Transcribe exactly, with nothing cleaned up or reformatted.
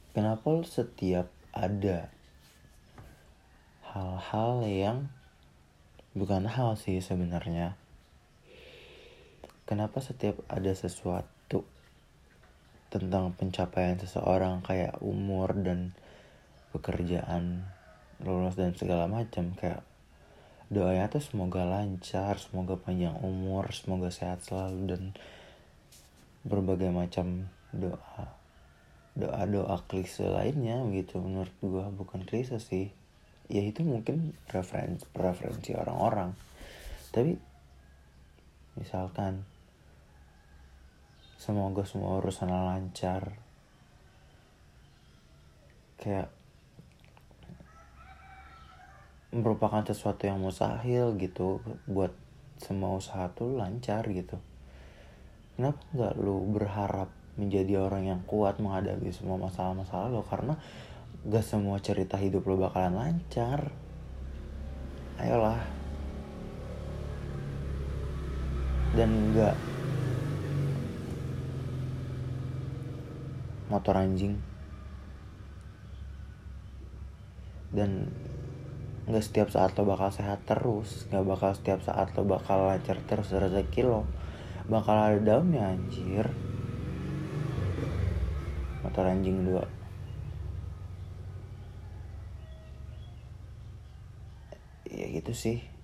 kenapa lo setiap ada hal-hal yang bukan hal sih sebenarnya, kenapa setiap ada sesuatu tentang pencapaian seseorang kayak umur dan pekerjaan, lulus dan segala macam, kayak doanya tuh semoga lancar, semoga panjang umur, semoga sehat selalu, dan berbagai macam doa doa-doa klise lainnya gitu. Menurut gue bukan klise sih, ya itu mungkin preferensi preferensi orang-orang. Tapi misalkan semoga semua urusan lancar, kayak merupakan sesuatu yang mustahil gitu buat semua usaha tuh lancar gitu. Kenapa nggak lu berharap menjadi orang yang kuat menghadapi semua masalah-masalah lo? Karena gak semua cerita hidup lo bakalan lancar. Ayolah. Dan gak motor anjing. Dan gak setiap saat lo bakal sehat terus. Gak bakal setiap saat lo bakal lancar terus. Rezeki lo bakal ada daunnya anjir. Motor anjing dua. Ya gitu sih.